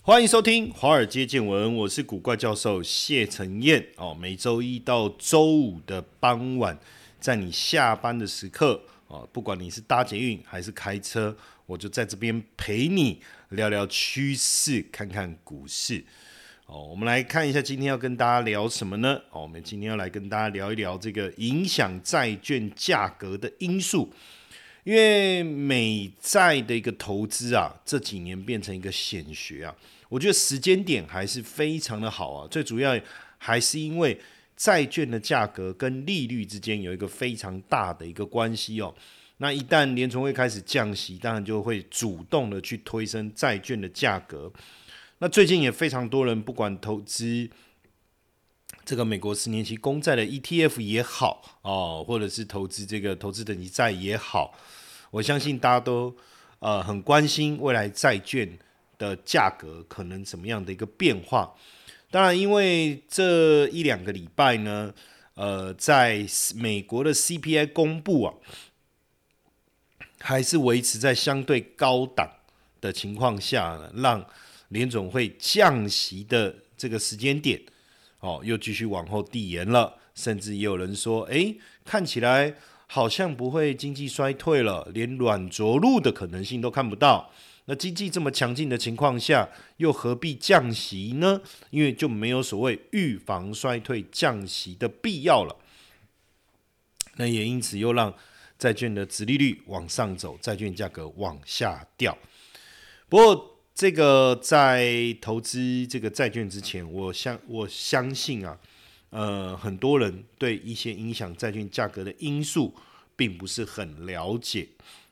欢迎收听华尔街见闻，我是古怪教授谢承彦。每周一到周五的傍晚，在你下班的时刻，不管你是搭捷运还是开车，我就在这边陪你聊聊趋势，看看股市。我们来看一下今天要跟大家聊什么呢？我们今天要来跟大家聊一聊这个影响债券价格的因素。因为美债的一个投资啊，这几年变成一个显学啊，我觉得时间点还是非常的好啊。最主要还是因为债券的价格跟利率之间有一个非常大的一个关系哦。那一旦联储会开始降息，当然就会主动的去推升债券的价格。那最近也非常多人不管投资这个美国10年期公债的 ETF 也好或者是投资这个投资等级债也好，我相信大家都很关心未来债券的价格可能什么样的一个变化。当然，因为这一两个礼拜呢，在美国的 CPI 公布啊，还是维持在相对高档的情况下呢，让联总会降息的这个时间点又继续往后递延了，甚至也有人说，看起来好像不会经济衰退了，连软着陆的可能性都看不到。那经济这么强劲的情况下，又何必降息呢？因为就没有所谓预防衰退降息的必要了。那也因此又让债券的殖利率往上走，债券价格往下掉。不过这个在投资这个债券之前，我相信啊，很多人对一些影响债券价格的因素并不是很了解，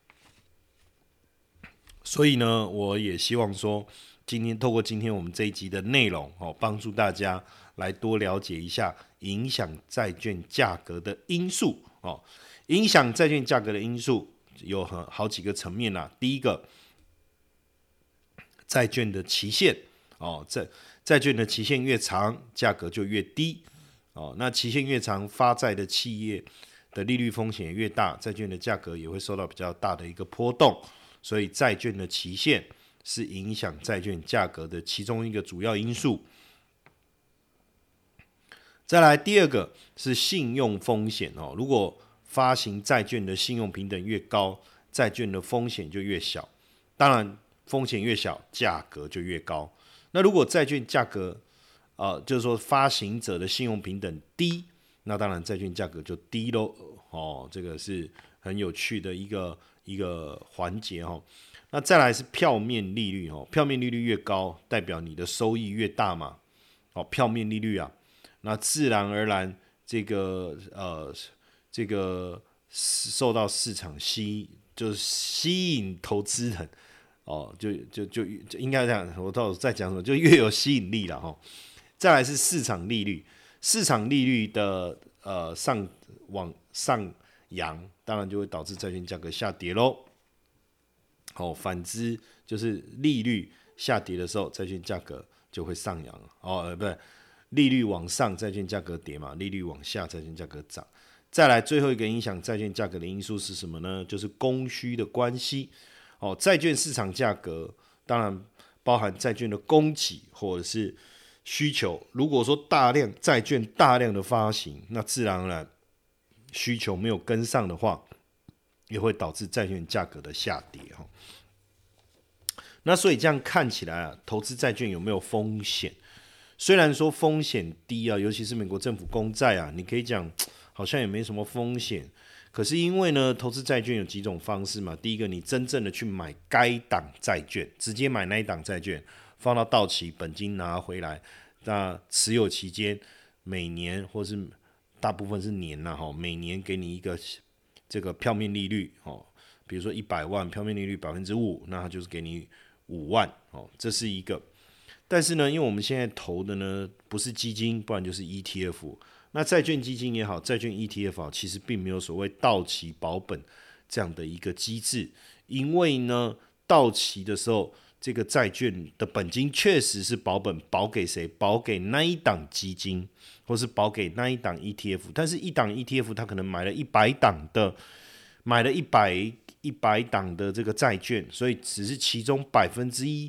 所以呢，我也希望说，透过今天我们这一集的内容帮助大家来多了解一下影响债券价格的因素影响债券价格的因素有好几个层面啦。第一个，债券的期限债券的期限越长，价格就越低那期限越长，发债的企业的利率风险也越大，债券的价格也会受到比较大的一个波动，所以债券的期限是影响债券价格的其中一个主要因素。再来第二个是信用风险如果发行债券的信用评等越高，债券的风险就越小，当然风险越小，价格就越高。那如果债券价格就是说发行者的信用评等低，那当然债券价格就低咯这个是很有趣的一个环节那再来是票面利率票面利率越高，代表你的收益越大嘛票面利率啊，那自然而然这个受到市场就是吸引投资人就应该这样，我到底在讲什么？就越有吸引力了再来是市场利率，市场利率的往上扬，当然就会导致债券价格下跌咯反之就是利率下跌的时候，债券价格就会上扬不对，利率往上，债券价格跌嘛；利率往下，债券价格涨。再来最后一个影响债券价格的因素是什么呢？就是供需的关系债券市场价格当然包含债券的供给或者是需求。如果说债券大量的发行，那自然而然需求没有跟上的话，也会导致债券价格的下跌那所以这样看起来啊，投资债券有没有风险？虽然说风险低啊，尤其是美国政府公债啊，你可以讲好像也没什么风险。可是因为呢，投资债券有几种方式嘛。第一个，你真正的去买该档债券，直接买那一档债券，放到到期，本金拿回来，那持有期间每年或是大部分是年每年给你一个这个票面利率比如说100万，票面利率5%，那它就是给你5万这是一个。但是呢，因为我们现在投的呢不是基金，不然就是 ETF。那债券基金也好，债券 ETF 好，其实并没有所谓到期保本这样的一个机制，因为呢，到期的时候，这个债券的本金确实是保本，保给谁？保给那一档基金，或是保给那一档 ETF。但是，一档 ETF 它可能买了100档的，100档的这个债券，所以只是其中1%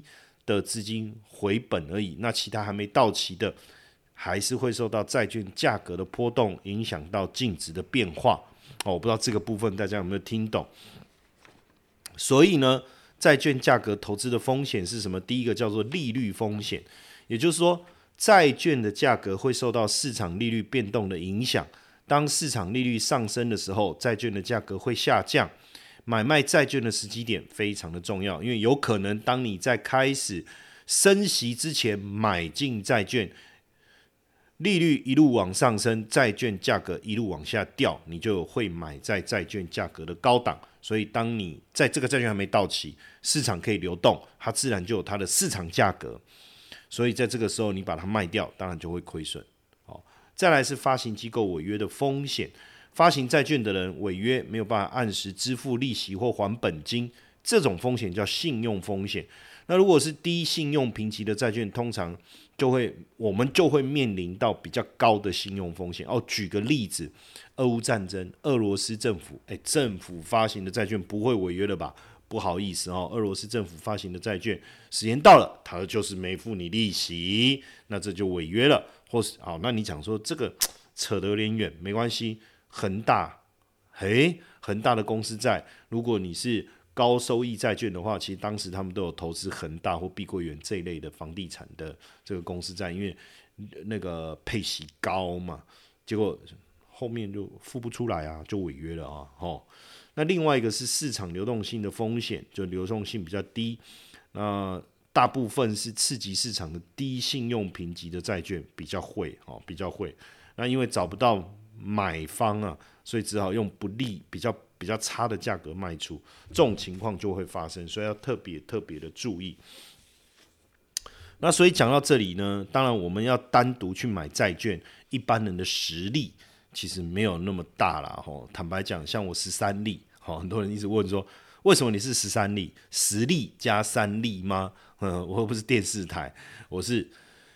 的资金回本而已，那其他还没到期的，还是会受到债券价格的波动影响到净值的变化。我不知道这个部分大家有没有听懂？所以呢，债券价格投资的风险是什么？第一个叫做利率风险，也就是说，债券的价格会受到市场利率变动的影响。当市场利率上升的时候，债券的价格会下降。买卖债券的时机点非常的重要，因为有可能当你在开始升息之前买进债券，利率一路往上升，债券价格一路往下掉，你就会买在债券价格的高档。所以当你在这个债券还没到期，市场可以流动，它自然就有它的市场价格。所以在这个时候你把它卖掉，当然就会亏损。再来是发行机构违约的风险。发行债券的人违约没有办法按时支付利息或还本金，这种风险叫信用风险。那如果是低信用评级的债券，通常我们就会面临到比较高的信用风险。举个例子，俄乌战争，俄罗斯政府，政府发行的债券不会违约了吧？不好意思俄罗斯政府发行的债券时间到了，它就是没付你利息，那这就违约了。或是那你讲说这个扯得有点远，没关系。恒大的公司债，如果你是高收益债券的话，其实当时他们都有投资恒大或碧桂园这一类的房地产的这个公司债，因为那个配息高嘛，结果后面就付不出来就违约了那另外一个是市场流动性的风险，就流动性比较低，那大部分是次级市场的低信用评级的债券比较会。那因为找不到买方所以只好用不利、比较差的价格卖出，这种情况就会发生，所以要特别的注意。那所以讲到这里呢，当然我们要单独去买债券，一般人的实力其实没有那么大啦。坦白讲，像我13例，很多人一直问说，为什么你是13例？10例加3例吗？我又不是电视台，我是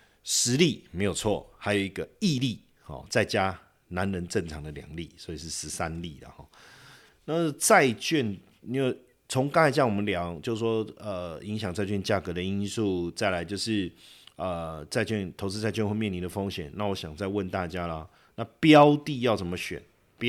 10例没有错，还有一个毅力，再加男人正常的2例，所以是13例啦。那债券，因为从刚才这样我们聊，就是说影响债券价格的因素，再来就是投资债券会面临的风险。那我想再问大家啦，那标的要怎么选？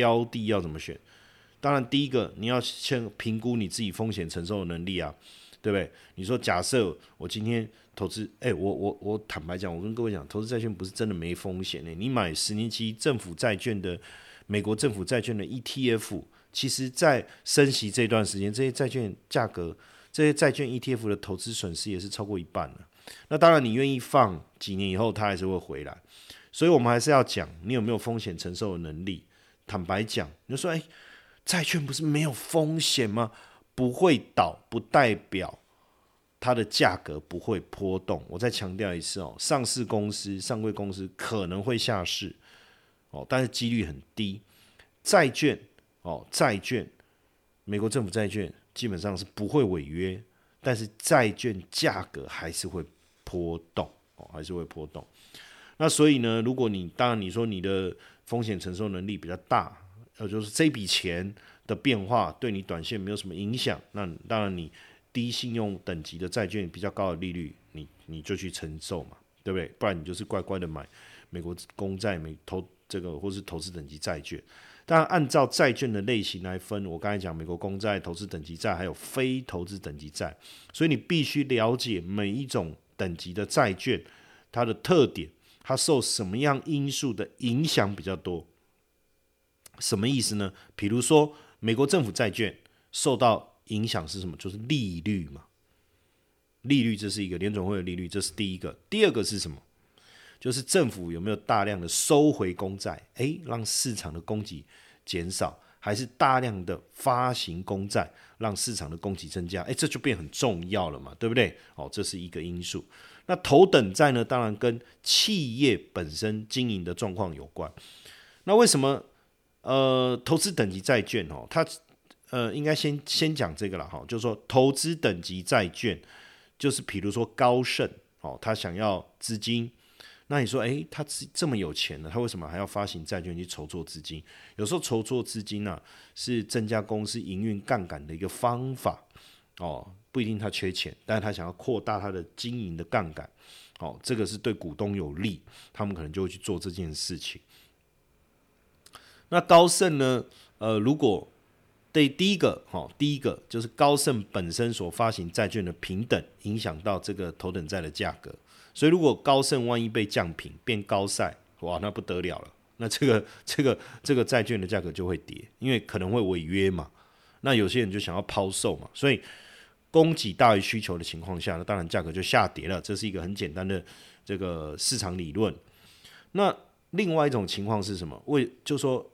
当然第一个你要先评估你自己风险承受的能力对不对？你说假设我今天投资，我坦白讲，我跟各位讲，投资债券不是真的没风险你买10年期政府债券的美国政府债券的 ETF， 其实在升息这段时间，这些债券价格，这些债券 ETF 的投资损失也是超过一半了。那当然你愿意放几年以后，它还是会回来。所以我们还是要讲，你有没有风险承受的能力？坦白讲，你就说，债券不是没有风险吗？不会倒不代表它的价格不会波动。我再强调一次上市公司、上柜公司可能会下市但是几率很低。债券美国政府债券基本上是不会违约，但是债券价格还是会波动那所以呢，如果当然你说你的风险承受能力比较大，就是这笔钱的变化对你短线没有什么影响，那当然你低信用等级的债券比较高的利率，你就去承受嘛，对不对？不然你就是乖乖的买美国公债、或是投资等级债券。当然按照债券的类型来分，我刚才讲美国公债、投资等级债还有非投资等级债，所以你必须了解每一种等级的债券它的特点，它受什么样因素的影响比较多。什么意思呢？比如说美国政府债券受到影响是什么？就是利率嘛，利率这是一个联准会的利率，这是第一个。第二个是什么？就是政府有没有大量的收回公债，让市场的供给减少，还是大量的发行公债，让市场的供给增加，这就变很重要了嘛，对不对？这是一个因素。那头等债呢，当然跟企业本身经营的状况有关。那为什么投资等级债券它应该先讲这个啦就是说投资等级债券就是比如说高盛他想要资金，那你说他这么有钱了，他为什么还要发行债券去筹措资金？有时候筹措资金是增加公司营运杠杆的一个方法不一定他缺钱，但是他想要扩大他的经营的杠杆，这个是对股东有利，他们可能就会去做这件事情。那高盛呢？如果对第一个就是高盛本身所发行债券的评等影响到这个头等债的价格，所以如果高盛万一被降评变高债，哇，那不得了了，那这个债券的价格就会跌，因为可能会违约嘛。那有些人就想要抛售嘛，所以供给大于需求的情况下，那当然价格就下跌了，这是一个很简单的这个市场理论。那另外一种情况是什么？就说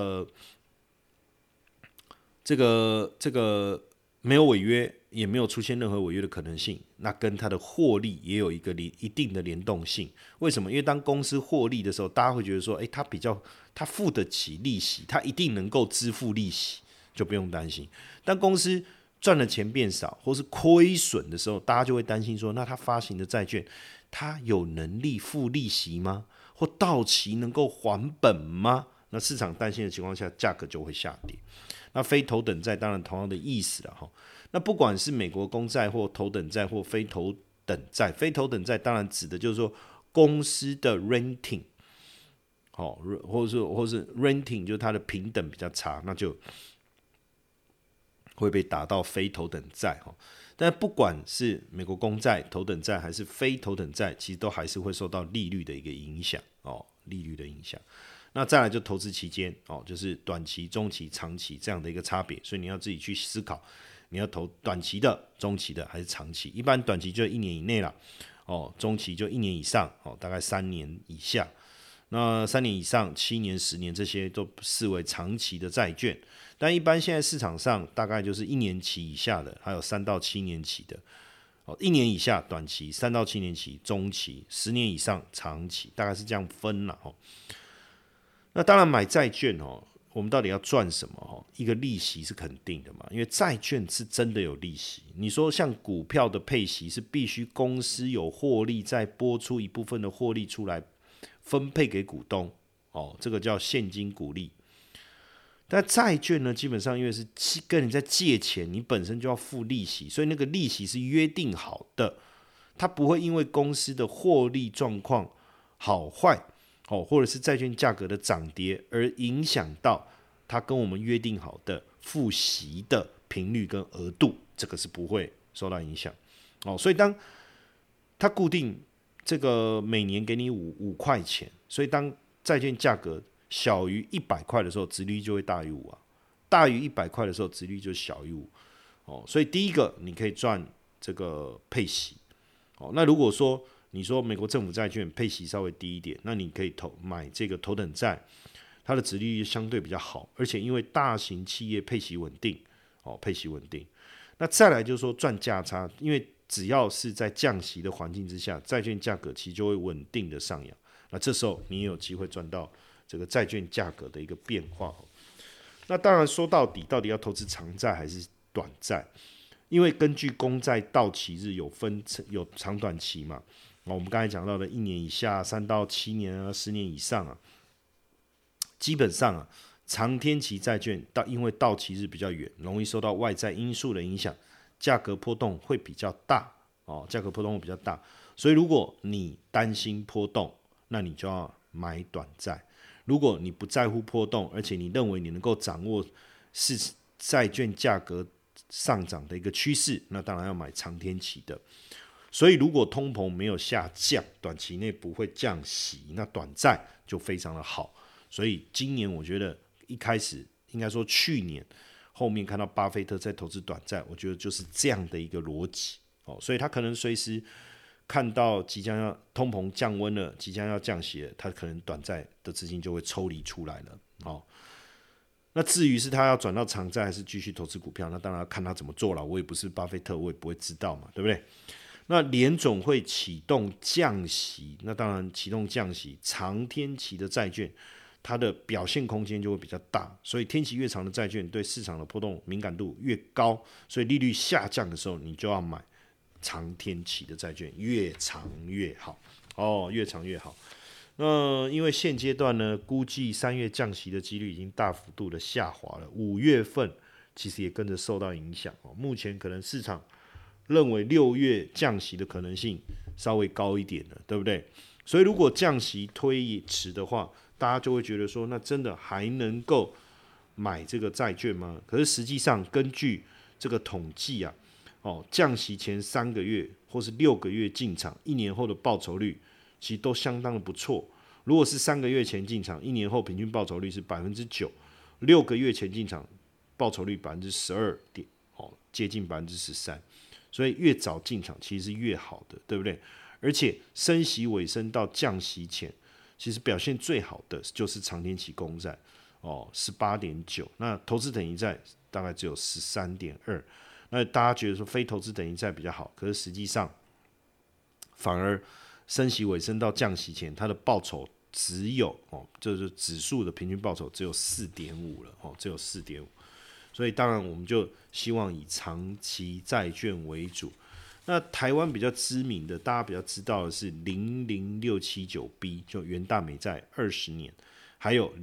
这个没有违约，也没有出现任何违约的可能性，那跟它的获利也有一定的联动性。为什么？因为当公司获利的时候，大家会觉得说，它付得起利息，它一定能够支付利息，就不用担心。当公司赚的钱变少，或是亏损的时候，大家就会担心说，那它发行的债券，它有能力付利息吗？或到期能够还本吗？那市场担心的情况下，价格就会下跌。那非头等债当然同样的意思了哈。那不管是美国公债或头等债或非头等债，非头等债当然指的就是说公司的 rating， 或是 rating 就是它的评等比较差，那就会被打到非头等债哈。但不管是美国公债、头等债还是非头等债，其实都还是会受到利率的一个影响利率的影响。那再来就投资期间就是短期、中期、长期这样的一个差别，所以你要自己去思考，你要投短期的、中期的还是长期？一般短期就1年以内啦，中期就1年以上，大概3年以下。那3年以上、7年、10年这些都视为长期的债券，但一般现在市场上大概就是1年期以下的，还有3到7年期的。1年以下短期，3到7年期中期，10年以上长期，大概是这样分啦。那当然买债券我们到底要赚什么？一个利息是肯定的嘛，因为债券是真的有利息。你说像股票的配息是必须公司有获利，再拨出一部分的获利出来分配给股东，这个叫现金股利。但债券呢，基本上因为是跟你在借钱，你本身就要付利息，所以那个利息是约定好的，它不会因为公司的获利状况好坏或者是债券价格的涨跌而影响到它跟我们约定好的付息的频率跟额度，这个是不会受到影响。所以当它固定这个每年给你5块钱，所以当债券价格小于100块的时候，殖利率就会大于5啊；大于100块的时候，殖利率就小于5。所以第一个你可以赚这个配息。那如果说你说美国政府债券配息稍微低一点，那你可以买这个头等债，它的殖利率相对比较好，而且因为大型企业配息稳定，配息稳定。那再来就是说赚价差，因为只要是在降息的环境之下，债券价格其实就会稳定的上扬。那这时候你也有机会赚到这个债券价格的一个变化。那当然说到底要投资长债还是短债？因为根据公债到期日有长短期嘛。我们刚才讲到的1年以下、3到7年啊、10年以上啊，基本上长天期债券因为到期日比较远，容易受到外在因素的影响，价格波动会比较大所以如果你担心波动，那你就要买短债。如果你不在乎波动，而且你认为你能够掌握是债券价格上涨的一个趋势，那当然要买长天期的。所以如果通膨没有下降，短期内不会降息，那短债就非常的好。所以今年我觉得一开始应该说去年后面看到巴菲特在投资短债，我觉得就是这样的一个逻辑。所以他可能随时看到即将要通膨降温了，即将要降息了，他可能短债的资金就会抽离出来了。那至于是他要转到长债还是继续投资股票，那当然要看他怎么做了。我也不是巴菲特，我也不会知道嘛，对不对？那联总会启动降息，那当然启动降息，长天期的债券它的表现空间就会比较大，所以天期越长的债券对市场的波动敏感度越高，所以利率下降的时候，你就要买长天期的债券，越长越好越长越好。那因为现阶段呢，估计3月降息的几率已经大幅度的下滑了，5月份其实也跟着受到影响哦。目前可能市场认为6月降息的可能性稍微高一点了，对不对？所以如果降息推迟的话，大家就会觉得说，那真的还能够买这个债券吗？可是实际上根据这个统计啊，降息前3个月或是6个月进场，1年后的报酬率其实都相当的不错。如果是3个月前进场，1年后平均报酬率是9%，6个月前进场报酬率12%，接近13%。所以越早进场其实是越好的，对不对？而且升息尾声到降息前，其实表现最好的就是长天期公债，18.9%，那投资等级债大概只有13.2%。那大家觉得说非投资等级债比较好，可是实际上反而升息尾声到降息前，它的报酬只有就是指数的平均报酬只有4.5%了，只有4.5%。所以当然我们就希望以长期债券为主。那台湾比较知名的，大家比较知道的是00679B， 就元大美债20年，还有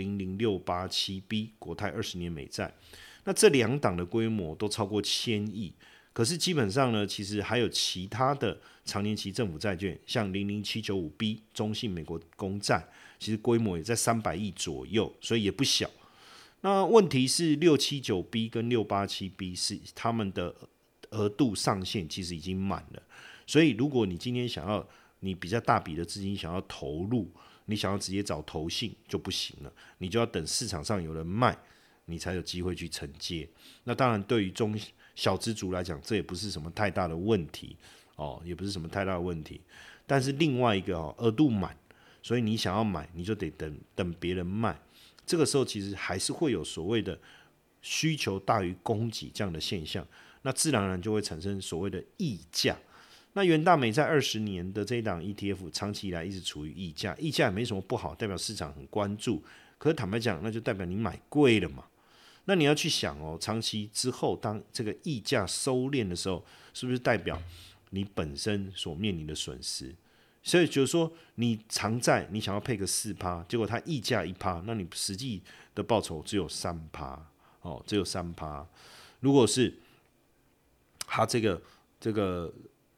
00687B 国泰20年美债。那这2档的规模都超过1000亿，可是基本上呢，其实还有其他的长年期政府债券，像00795B 中信美国公债，其实规模也在300亿左右，所以也不小。那问题是679B 跟687B 是他们的额度上限其实已经满了，所以如果你今天想要你比较大笔的资金想要投入，你想要直接找投信就不行了，你就要等市场上有人卖，你才有机会去承接。那当然对于小资族来讲，这也不是什么太大的问题也不是什么太大的问题。但是另外一个额度满，所以你想要买，你就得等别人卖。这个时候其实还是会有所谓的需求大于供给这样的现象，那自然而然就会产生所谓的溢价。那元大美债20年的这一档 ETF 长期以来一直处于溢价，溢价也没什么不好，代表市场很关注。可是坦白讲，那就代表你买贵了嘛。那你要去想长期之后，当这个溢价收敛的时候，是不是代表你本身所面临的损失？所以就是说，你长债你想要配个4%，结果它溢价1%，那你实际的报酬只有3%，只有3%。如果是它这个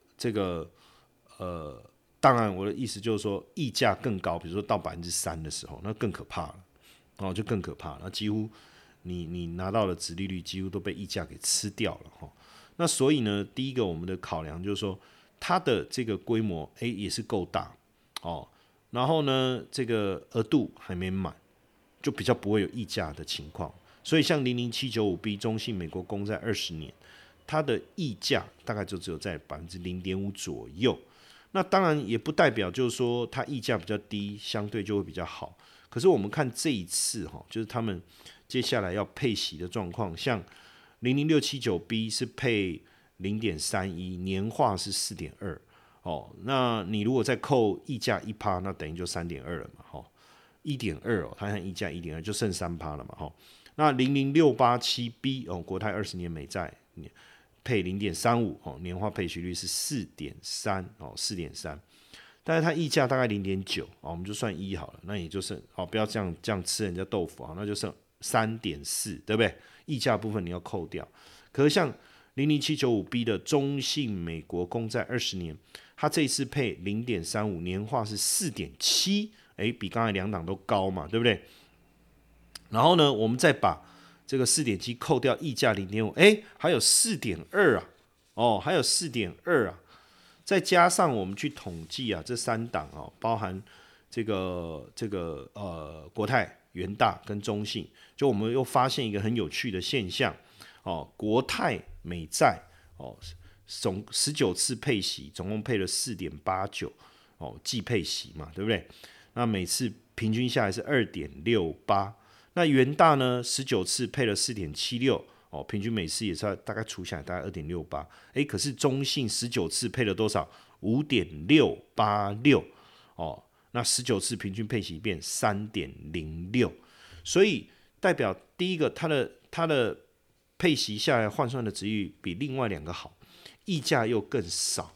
当然我的意思就是说，溢价更高，比如说到3%的时候，那更可怕了，就更可怕了。那几乎你拿到的殖利率几乎都被溢价给吃掉了，那所以呢，第一个我们的考量就是说，它的这个规模也是够大然后呢，这个额度还没满，就比较不会有溢价的情况。所以像00795B 中信美国公债20年，它的溢价大概就只有在0.5%左右。那当然也不代表就是说它溢价比较低，相对就会比较好。可是我们看这一次就是他们接下来要配息的状况，像00679B 是配0.31，年化是4.2。那你如果再扣溢价1%，那等于就3.2了嘛，1.2它和溢价1.2就剩3%了嘛那00687B 国泰20年美债配0.35年化配息率是4.34.3，但是它溢价大概0.9我们就算1好了，那也就剩不要这样吃人家豆腐那就剩3.4，对不对？溢价部分你要扣掉。可是像00795B 的中信美国公债20年，它这一次配0.35，年化是4.7，比刚才2档都高嘛，对不对？然后呢，我们再把这个4.7扣掉溢价0.5，还有4.2还有4.2再加上我们去统计这3档包含这个国泰、元大跟中信，就我们又发现一个很有趣的现象国泰美债总19次配息，总共配了4.89季配息嘛，对不对？那每次平均下来是2.68。那元大呢，19次配了4.76平均每次也是大概除下来大概2.68。可是中信19次配了多少？5.686那19次平均配息变3.06，所以代表第一个它的配息下来换算的殖利率比另外2个好，溢价又更少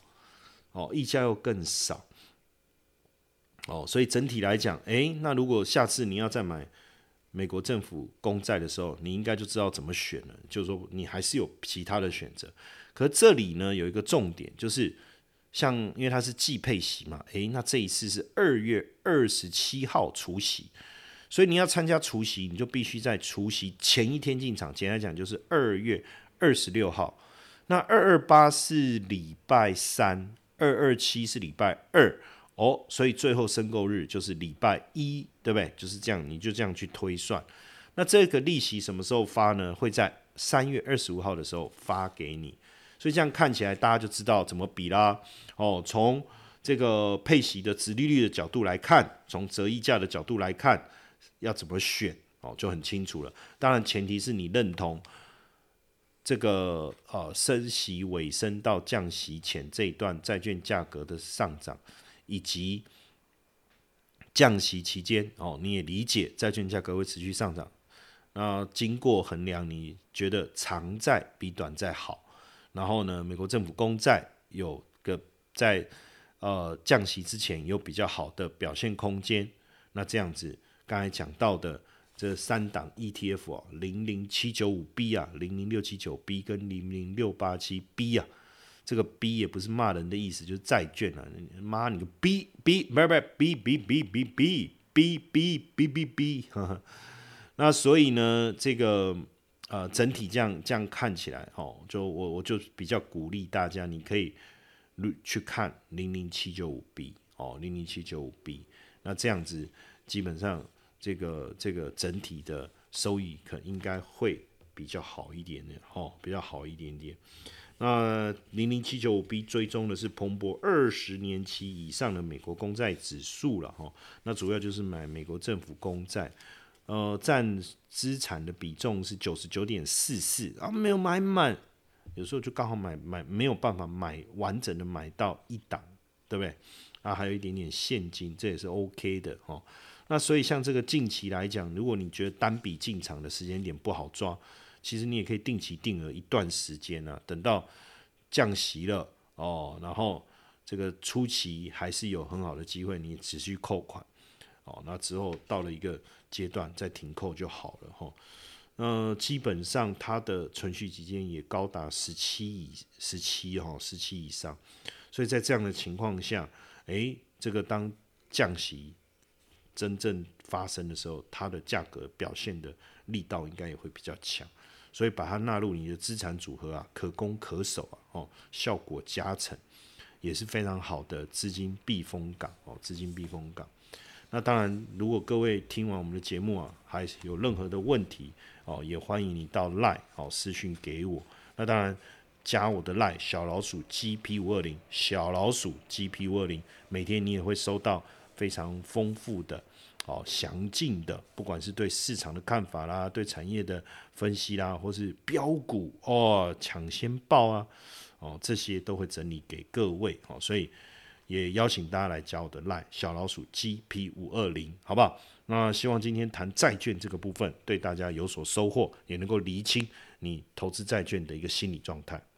所以整体来讲那如果下次你要再买美国政府公债的时候，你应该就知道怎么选了，就是说你还是有其他的选择。可这里呢有一个重点，就是像因为它是季配息嘛，那这一次是2月27号除息，所以你要参加除息，你就必须在除息前一天进场。简单讲就是2月26号。那228是礼拜三，227是礼拜二。所以最后申购日就是礼拜一，对不对？就是这样，你就这样去推算。那这个利息什么时候发呢？会在3月25号的时候发给你。所以这样看起来，大家就知道怎么比啦。从这个配息的殖利率的角度来看，从折溢价的角度来看，要怎么选就很清楚了。当然，前提是你认同这个升息尾声到降息前这一段债券价格的上涨。以及降息期间你也理解债券价格会持续上涨。那经过衡量，你觉得长债比短债好，然后呢，美国政府公债有个在降息之前有比较好的表现空间。那这样子，刚才讲到的这3档 ETF 00795B 啊，00679B 跟00687B 啊。这个 B 也不是骂人的意思，就是债券啊！妈你个 B， 那所以呢，这个整体这样看起来就我就比较鼓励大家，你可以去看00795B 00795B， 那这样子基本上这个整体的收益应该会比较好一点点比较好一点点。那00795B 追踪的是彭博20年期以上的美国公债指数了那主要就是买美国政府公债，占资产的比重是 99.44%， 没有买满，有时候就刚好买没有办法买完整的买到一档，对不对？还有一点点现金，这也是 OK 的那所以像这个近期来讲，如果你觉得单笔进场的时间点不好抓，其实你也可以定期定额一段时间啊，等到降息了然后这个初期还是有很好的机会，你持续扣款那之后到了一个阶段再停扣就好了基本上它的存续期间也高达17以上，所以在这样的情况下，这个当降息真正发生的时候，它的价格表现的力道应该也会比较强。所以把它纳入你的资产组合可攻可守效果加成，也是非常好的资金避风港资金避风港。那当然，如果各位听完我们的节目还有任何的问题也欢迎你到 LINE 私讯给我。那当然，加我的 LINE 小老鼠 GP520 小老鼠 GP520， 每天你也会收到非常丰富的详尽的，不管是对市场的看法啦，对产业的分析啦，或是标股抢先报这些都会整理给各位所以也邀请大家来加我的 LINE 小老鼠 GP520， 好不好？那希望今天谈债券这个部分对大家有所收获，也能够厘清你投资债券的一个心理状态。